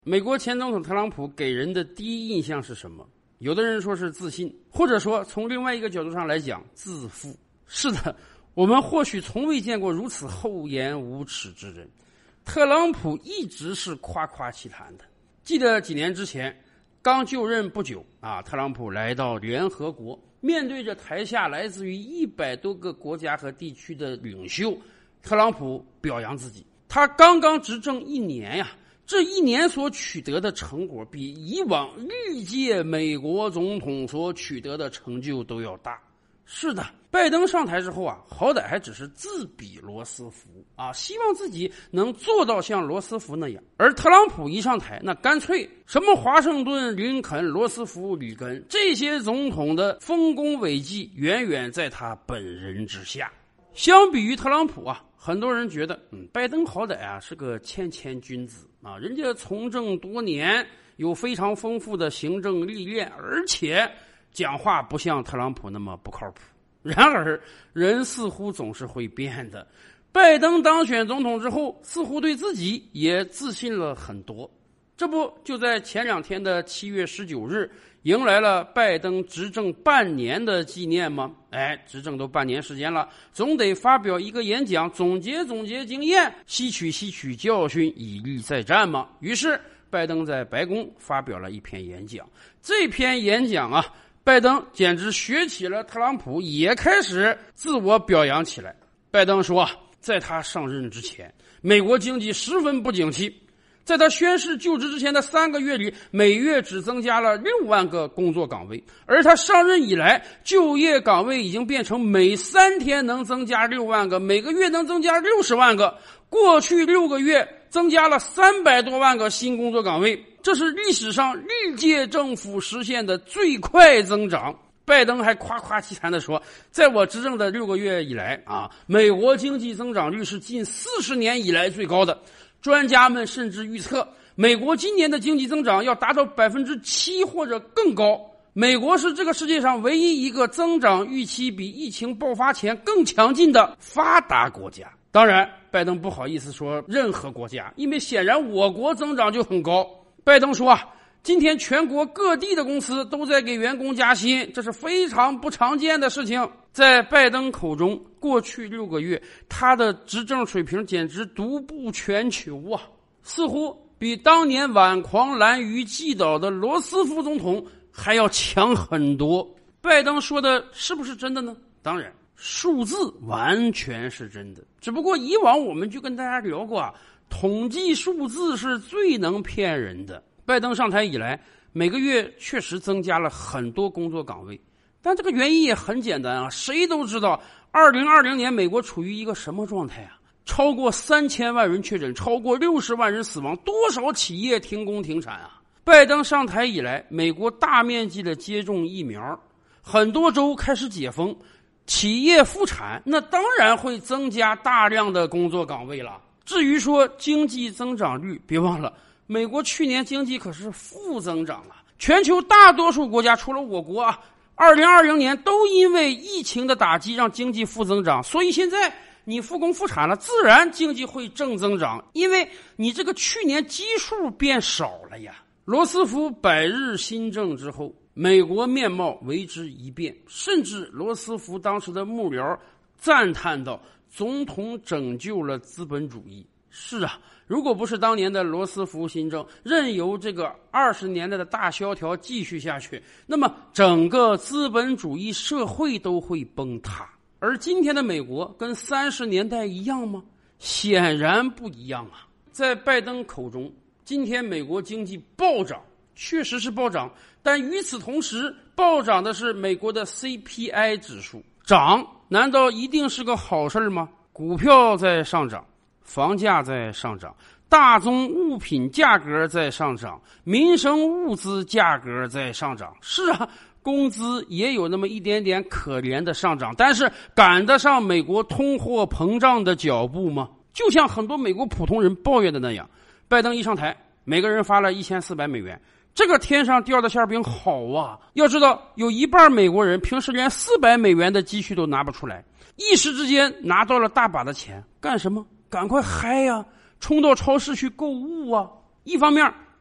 美国前总统特朗普给人的第一印象是什么？有的人说是自信，或者说从另外一个角度上来讲，自负。是的，我们或许从未见过如此厚颜无耻之人。特朗普一直是夸夸其谈的。记得几年之前刚就任不久特朗普来到联合国，面对着台下来自于100多个国家和地区的领袖，特朗普表扬自己。他刚刚执政1年呀，这1年所取得的成果比以往历届美国总统所取得的成就都要大。是的，拜登上台之后好歹还只是自比罗斯福希望自己能做到像罗斯福那样。而特朗普一上台，那干脆什么华盛顿、林肯、罗斯福、里根这些总统的丰功伟绩远远在他本人之下。相比于特朗普很多人觉得拜登好歹是个谦君子人家从政多年，有非常丰富的行政历练，而且讲话不像特朗普那么不靠谱。然而人似乎总是会变的，拜登当选总统之后，似乎对自己也自信了很多。这不就在前2天的7月19日迎来了拜登执政半年的纪念吗？执政都半年时间了，总得发表一个演讲，总结经验，吸取教训，以利再战嘛。于是拜登在白宫发表了一篇演讲。这篇演讲拜登简直学起了特朗普，也开始自我表扬起来。拜登说在他上任之前，美国经济十分不景气。在他宣誓就职之前的3个月里，每月只增加了6万个工作岗位，而他上任以来，就业岗位已经变成每3天能增加6万个，每个月能增加60万个。过去6个月增加了300多万个新工作岗位，这是历史上历届政府实现的最快增长。拜登还夸夸其谈地说，在我执政的6个月以来美国经济增长率是近40年以来最高的。专家们甚至预测，美国今年的经济增长要达到7%或者更高。美国是这个世界上唯一一个增长预期比疫情爆发前更强劲的发达国家。当然，拜登不好意思说任何国家，因为显然我国增长就很高。拜登说今天全国各地的公司都在给员工加薪，这是非常不常见的事情。在拜登口中，过去6个月他的执政水平简直独步全球似乎比当年挽狂澜于既倒的罗斯福总统还要强很多。拜登说的是不是真的呢？当然，数字完全是真的，只不过以往我们就跟大家聊过统计数字是最能骗人的。拜登上台以来，每个月确实增加了很多工作岗位，但这个原因也很简单谁都知道2020年美国处于一个什么状态超过3000万人确诊，超过60万人死亡，多少企业停工停产拜登上台以来，美国大面积的接种疫苗，很多州开始解封，企业复产，那当然会增加大量的工作岗位了。至于说经济增长率，别忘了美国去年经济可是负增长全球大多数国家除了我国2020年都因为疫情的打击让经济负增长，所以现在你复工复产了，自然经济会正增长，因为你这个去年基数变少了呀。罗斯福100日新政之后，美国面貌为之一变，甚至罗斯福当时的幕僚赞叹道，总统拯救了资本主义。是如果不是当年的罗斯福新政，任由这个20年代的大萧条继续下去，那么整个资本主义社会都会崩塌。而今天的美国跟30年代一样吗？显然不一样在拜登口中，今天美国经济暴涨，确实是暴涨，但与此同时，暴涨的是美国的 CPI 指数。涨难道一定是个好事吗？股票在上涨，房价在上涨，大宗物品价格在上涨，民生物资价格在上涨。是工资也有那么一点点可怜的上涨，但是赶得上美国通货膨胀的脚步吗？就像很多美国普通人抱怨的那样，拜登一上台，每个人发了1400美元，这个天上掉的馅饼好要知道有一半美国人平时连400美元的积蓄都拿不出来，一时之间拿到了大把的钱，干什么？赶快嗨冲到超市去购物一方面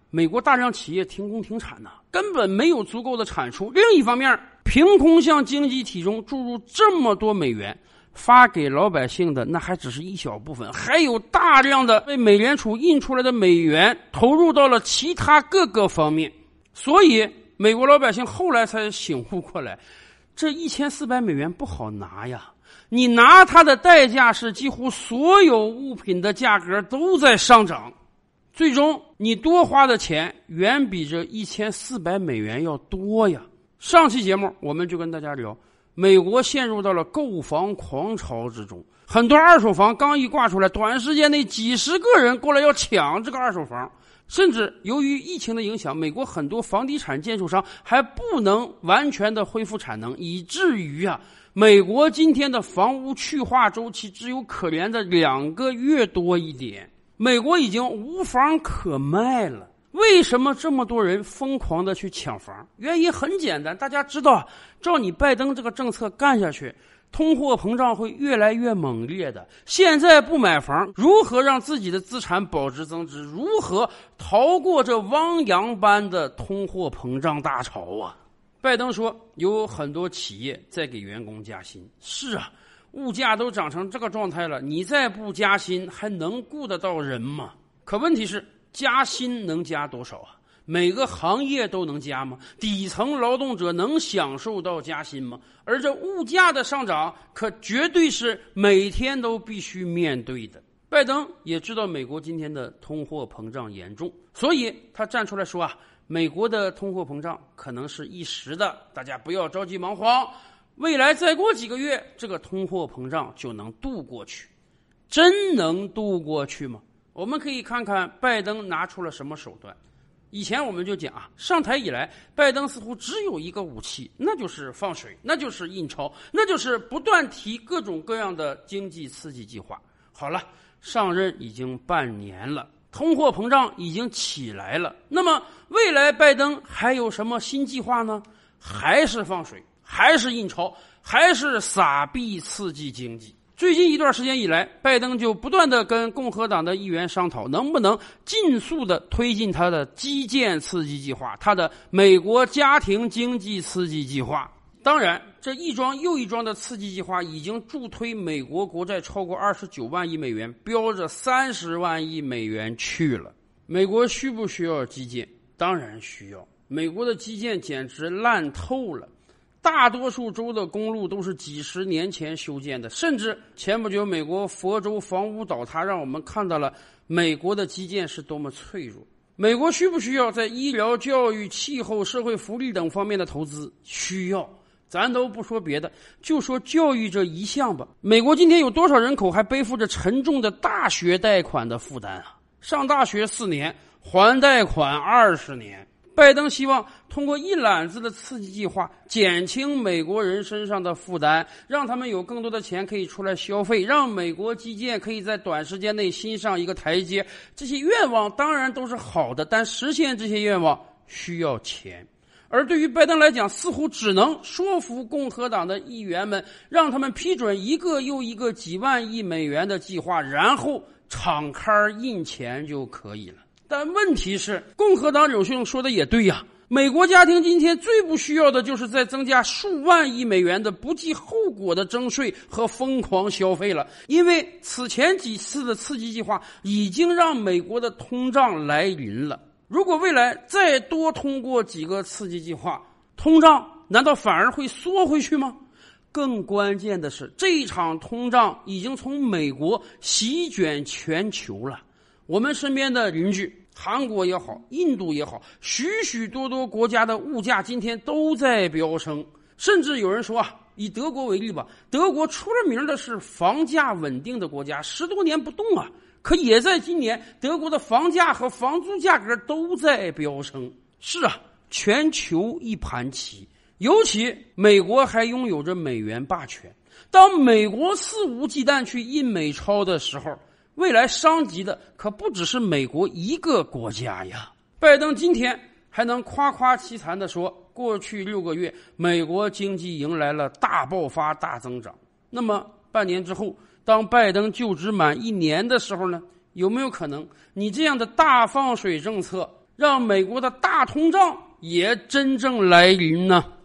美国大量企业停工停产呢，根本没有足够的产出。另一方面，凭空向经济体中注入这么多美元，发给老百姓的那还只是一小部分，还有大量的被美联储印出来的美元投入到了其他各个方面。所以美国老百姓后来才醒悟过来，这1400美元不好拿呀，你拿它的代价是几乎所有物品的价格都在上涨，最终你多花的钱远比这1400美元要多呀。上期节目我们就跟大家聊，美国陷入到了购房狂潮之中，很多二手房刚一挂出来，短时间内几十个人过来要抢这个二手房。甚至由于疫情的影响，美国很多房地产建筑商还不能完全的恢复产能，以至于美国今天的房屋去化周期只有可怜的2个月多一点，美国已经无房可卖了。为什么这么多人疯狂的去抢房？原因很简单，大家知道，照你拜登这个政策干下去，通货膨胀会越来越猛烈的。现在不买房，如何让自己的资产保值增值？如何逃过这汪洋般的通货膨胀大潮啊？拜登说有很多企业在给员工加薪。是啊，物价都涨成这个状态了，你再不加薪还能顾得到人吗？可问题是加薪能加多少啊？每个行业都能加吗？底层劳动者能享受到加薪吗？而这物价的上涨可绝对是每天都必须面对的。拜登也知道美国今天的通货膨胀严重，所以他站出来说美国的通货膨胀可能是一时的，大家不要着急忙慌，未来再过几个月，这个通货膨胀就能度过去。真能度过去吗？我们可以看看拜登拿出了什么手段。以前我们就讲上台以来，拜登似乎只有一个武器，那就是放水，那就是印钞，那就是不断提各种各样的经济刺激计划。好了，上任已经半年了，通货膨胀已经起来了，那么未来拜登还有什么新计划呢？还是放水，还是印钞，还是撒币刺激经济。最近一段时间以来，拜登就不断的跟共和党的议员商讨，能不能尽速的推进他的基建刺激计划，他的美国家庭经济刺激计划。当然，这一桩又一桩的刺激计划已经助推美国国债超过29万亿美元，飙着30万亿美元去了。美国需不需要基建？当然需要。美国的基建简直烂透了。大多数州的公路都是几十年前修建的，甚至前不久美国佛州房屋倒塌，让我们看到了美国的基建是多么脆弱。美国需不需要在医疗、教育、气候、社会福利等方面的投资？需要。咱都不说别的，就说教育这一项吧。美国今天有多少人口还背负着沉重的大学贷款的负担啊？上大学4年，还贷款20年。拜登希望通过一揽子的刺激计划减轻美国人身上的负担，让他们有更多的钱可以出来消费，让美国基建可以在短时间内新上一个台阶。这些愿望当然都是好的，但实现这些愿望需要钱。而对于拜登来讲，似乎只能说服共和党的议员们，让他们批准一个又一个几万亿美元的计划，然后敞开印钱就可以了。但问题是，共和党领袖说的也对呀，美国家庭今天最不需要的就是再增加数万亿美元的不计后果的征税和疯狂消费了，因为此前几次的刺激计划已经让美国的通胀来临了。如果未来再多通过几个刺激计划，通胀难道反而会缩回去吗？更关键的是，这场通胀已经从美国席卷全球了。我们身边的邻居韩国也好，印度也好，许许多多国家的物价今天都在飙升。甚至有人说以德国为例吧，德国出了名的是房价稳定的国家，10多年不动可也在今年，德国的房价和房租价格都在飙升。是全球一盘棋，尤其美国还拥有着美元霸权。当美国肆无忌惮去印美钞的时候，未来伤及的可不只是美国一个国家呀。拜登今天还能夸夸其谈地说，过去6个月美国经济迎来了大爆发、大增长。那么半年之后，当拜登就职满1年的时候呢，有没有可能你这样的大放水政策让美国的大通胀也真正来临呢？